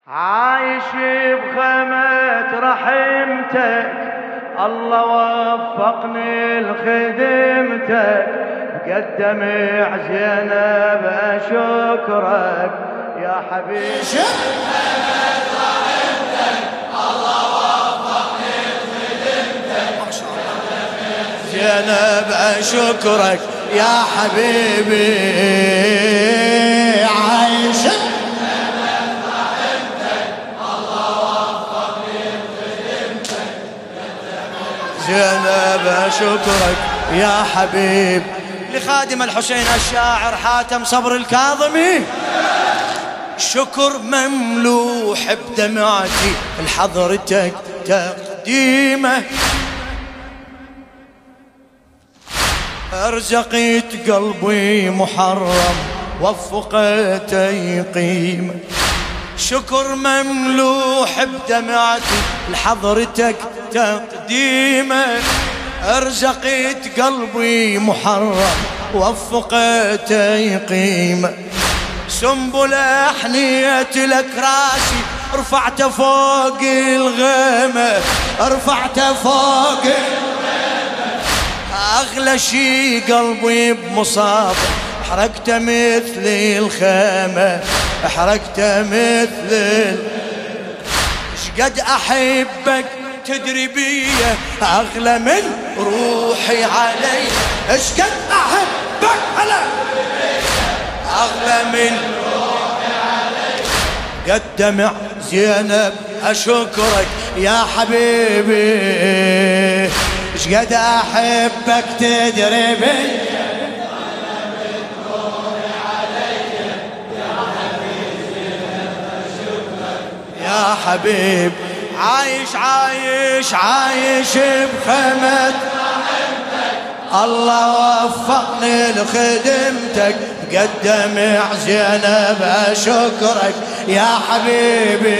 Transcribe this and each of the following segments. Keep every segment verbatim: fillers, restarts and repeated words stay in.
عايش بخيمة رحمتك، الله وفقني لخدمتك، بقدمع زينب أشكرك يا حبيبي. بخيمة رحمتك، الله وفقني لخدمتك، زينب أشكرك يا حبيبي. عايش زينب أشكرك يا حبيب. لخادم الحسين الشاعر حاتم صبر الكاظمي، شكر مملوح بدمعتي لحضرتك تقديمه، ارزقيت قلبي محرم وفقت قيمه. شكر مملوح بدمعتي لحضرتك تقديمه، ارزقيت قلبي محرم وفقت قيمه. سنبلة حنيت لك راسي، رفعته فوق الغيمه، رفعته فوق الغيمه. اغلى شي قلبي بمصاب، حركته مثل الخيمه، حركته مثل. شقد احبك تدري بيه، اغلى من روحي علي. شقد احبك علي، اغلى من روحي علي. قدمع زينب اشكرك يا حبيبي، شقد احبك تدري بيه، يا حبيب. عايش عايش عايش بخيمة رحمتك، الله وفقني لخدمتك، بقدمع زينب أشكرك يا حبيبي.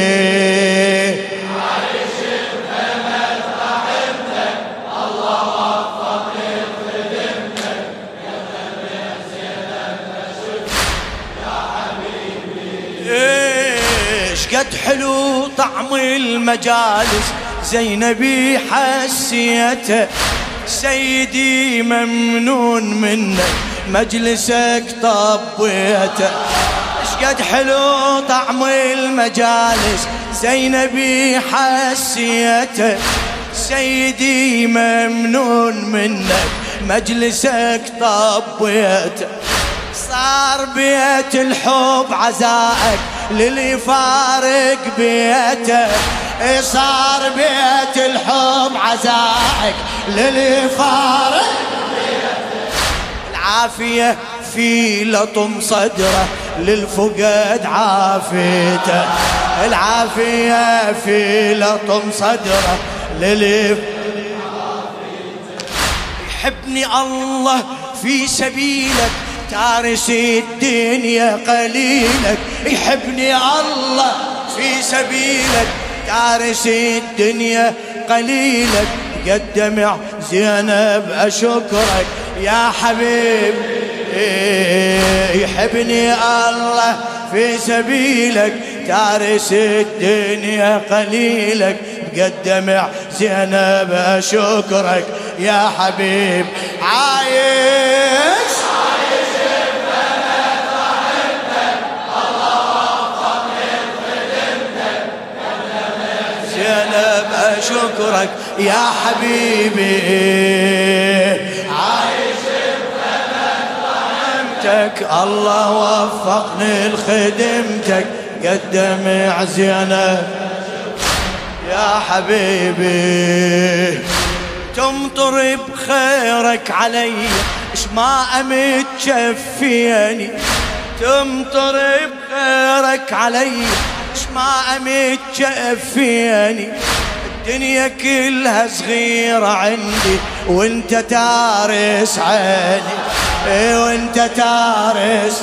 عايش بخيمة رحمتك، الله وفقني لخدمتك، بقدمع زينب أشكرك يا حبيبي. قد حلو طعم المجالس زينبي حسيته، سيدي ممنون منك مجلسك طبيته. قد حلو طعم المجالس زينبي حسيته، سيدي ممنون منك مجلسك طبيته. صار بيت الحب عزائك للي فارق بيته، صار بيت الحب عزائك للي فارق بيته. العافية في لطم صدره للفقد عافيته، العافية في لطم صدره للي يحبني الله في سبيلك، تارس الدنيا قليلك. يحبني الله في سبيلك، تارس الدنيا قليلك. قدمع زينب أشكرك يا حبيب. يحبني الله في سبيلك، تارس الدنيا قليلك. قدمع زينب أشكرك يا حبيب. عايش زينب أشكرك يا حبيبي. عايش بخيمة رحمتك، الله وفقني لخدمتك، قدمع زينب يا حبيبي. تمطر بخيرك علي، اش ما متشفيني. تمطر بخيرك علي، ما متشفيني. الدنيا كلها صغيرة عندي، وانت تارس عيني، وانت تارس.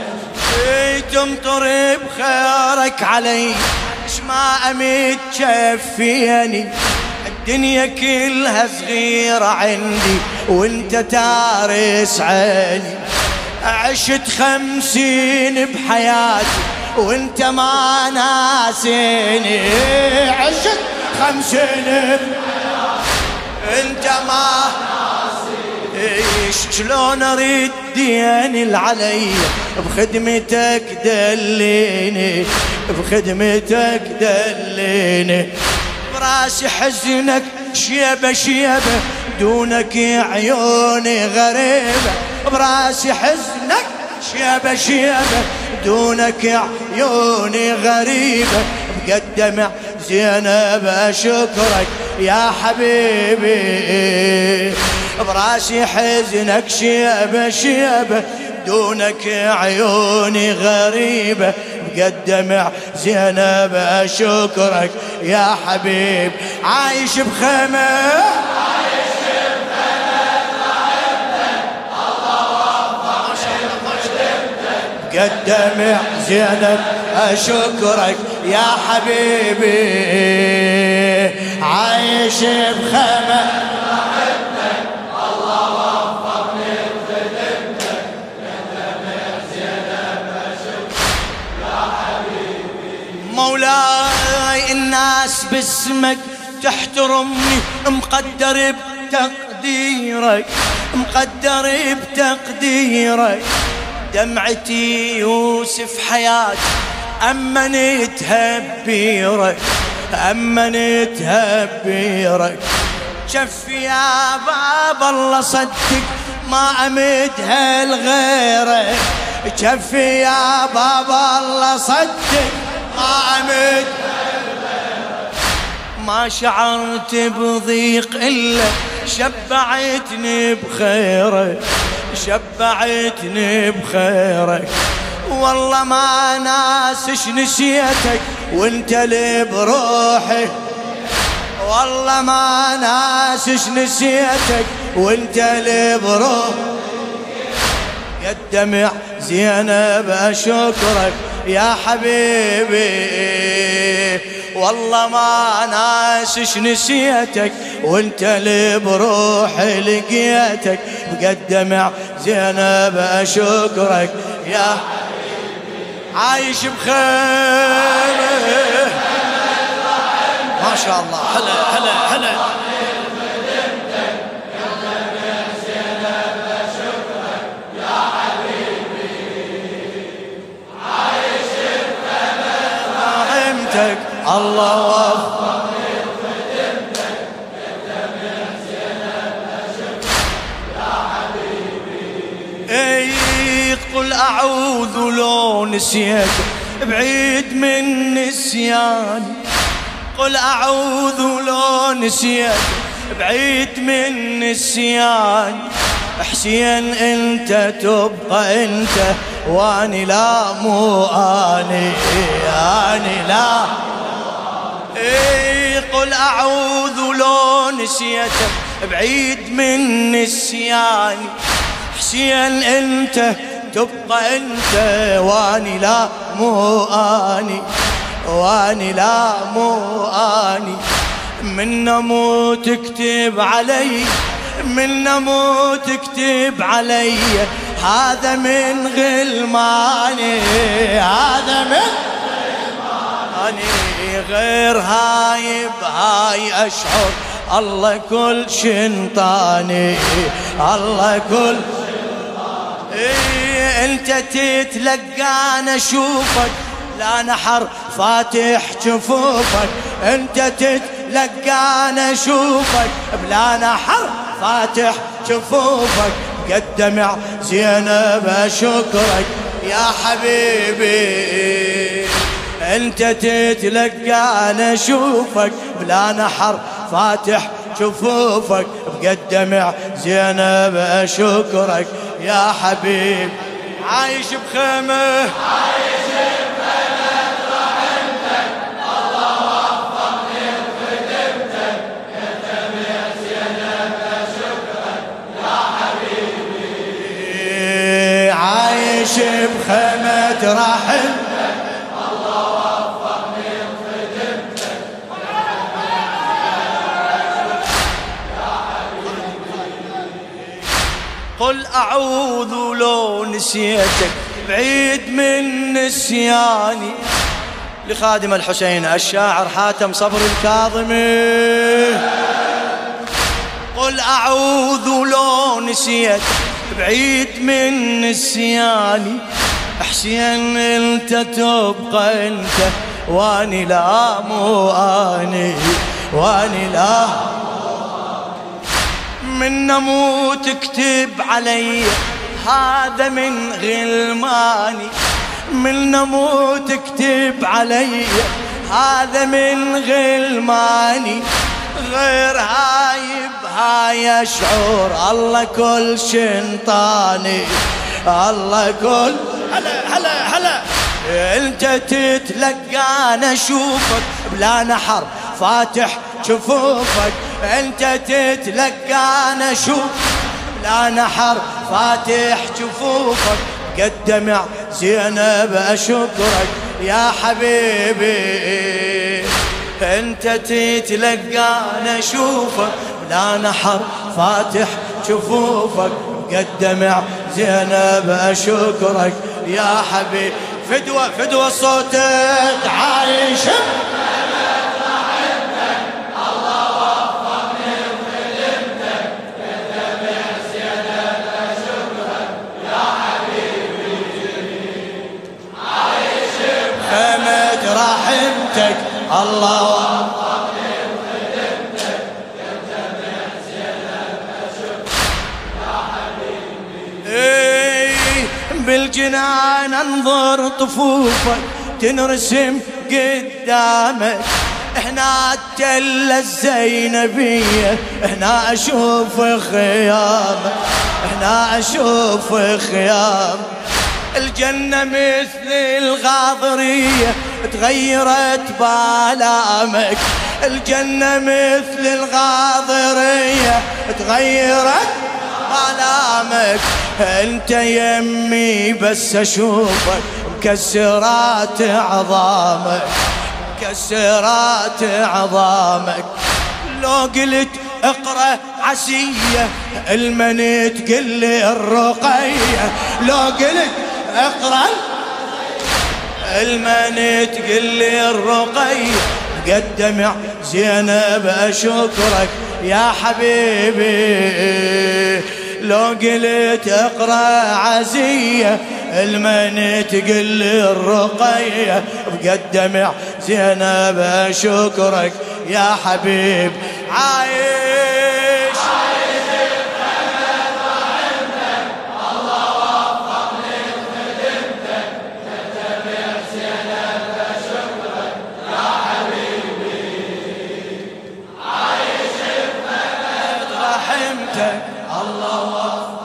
تمطر بخيرك علي، اش ما متشفيني. الدنيا كلها صغيرة عندي، وانت تارس عيني. عشت خمسين بحياتي وانت ما ناسيني. عشت خمسين انت ما ناسيني. شلون اريد ديني العلي بخدمتك دليني، بخدمتك دليني. براسي حزنك شيبة شيبة دونك عيوني غريبة. براسي حزنك شيبة شيبة دونك عيوني غريبة. مقدم زينب أشكرك يا حبيبي. براسي حزنك شيبة شيبة دونك عيوني غريبة. مقدم زينب أشكرك يا حبيب. عايش بخيمة عايش بخيمة رحمتك الله وفقني بخدمتك. مقدم زينب أشكرك يا حبيبي. عايش بخيمة رحمتك الله وفقني بخدمتك. مقدم زينب أشكرك يا حبيبي. مولاي الناس باسمك تحترمني، مقدر بتقديرك، مقدر بتقديرك. دمعتي يوسف حياتي أمنتها ببيرك، أمنتها ببيرك. شفي يا باب الله صدق ما أمدها لغيرك. شفي يا باب الله صدق ما أمد ما شعرت بضيق إلا شبعتني بخيرك، شبعتني بخيرك. والله ما ناسش نسيتك وانت اللي بروحي. والله ما ناسش نسيتك وانت اللي بروحي. قدم زينب أشكرك يا حبيبي. والله ما ناسش نسيتك وانت اللي بروحي لقيتك. مقدم زينب أشكرك يا حبيبي. عايش بخير ما شاء الله. هلا هلا هلا. الله وفقني بخدمتك. قدم زينب أشكرك يا حبيبي. اي قل اعوذ لو نسيتك بعيد من نسياني. قل اعوذ لو نسيتك بعيد من نسياني. حسين انت تبقى انت واني لا مو اني، اني لا. اي قل اعوذ لو نسيتك بعيد من نسياني. حسين انت تبقى انت واني لا مو اني، واني لا مو اني. من نموت تكتب علي، من نموت تكتب علي. هذا من غلماني، هذا من غلماني. غير هاي بهاي أشعر الله كل شنطاني، الله كل شنطاني. إيه انت تتلقانا اشوفك لا نحر فاتح جفوفك. انت تتلقانا اشوفك بلا نحر فاتح جفوفك. قدم زينب أشكرك يا حبيبي. انت تتلقانا اشوفك بلا نحر فاتح جفوفك. بقدم زينب أشكرك يا حبيب. عايش بخيمة عايش بخيمة رحمتك الله وفقني بخدمتك. قدم زينب أشكرك يا حبيبي. عايش بخيمة رحمتك الله وفقني بخدمتك. قل أعوذ لو نسيتك بعيد من نسياني. لخادم الحسين الشاعر حاتم صبر الكاظمي. قل أعوذ لو نسيت بعيد من نسياني، حسين انت تبقى انت واني لا مو اني، واني لا من نموت اكتب علي هذا من غلماني، من نموت اكتب علي هذا من غلماني، غير هاي بهاي شعور الله كل شنطاني، الله كل هلا هلا هلا. انت تتلقى انا اشوفك بلا نحر فاتح شفوفك، انت تتلقى انا اشوفك بلا نحر فاتح شفوفك، قد دمع زينب اشكرك يا حبيبي. انت تتلقى انا اشوفك بلا نحر فاتح شفوفك، قد دمع زينب اشكرك يا حبيبي. فدوة فدوة صوتك عايش رحمتك الله وفقني وخدمتك، ينتبع زينب أشوف يا حبيبي. بالجنان انظر طفوفك تنرسم قدامك، هنا التلة الزينبية هنا أشوف خيامك، هنا أشوف خيامك. الجنة مثل الغاضرية تغيرت بالامك، الجنة مثل الغاضرية تغيرت بالامك. انت يمي بس اشوفك مكسرات عظامك، مكسرات عظامك. لو قلت اقرأ عسية المنت قل الرقية، لو قلت اقرأ المنت قل الرقية، قد دمع زينب اشكرك يا حبيبي. لو قلت اقرأ عزية المنت قل الرقية، بقد دمع زينب اشكرك يا حبيب. عايش الله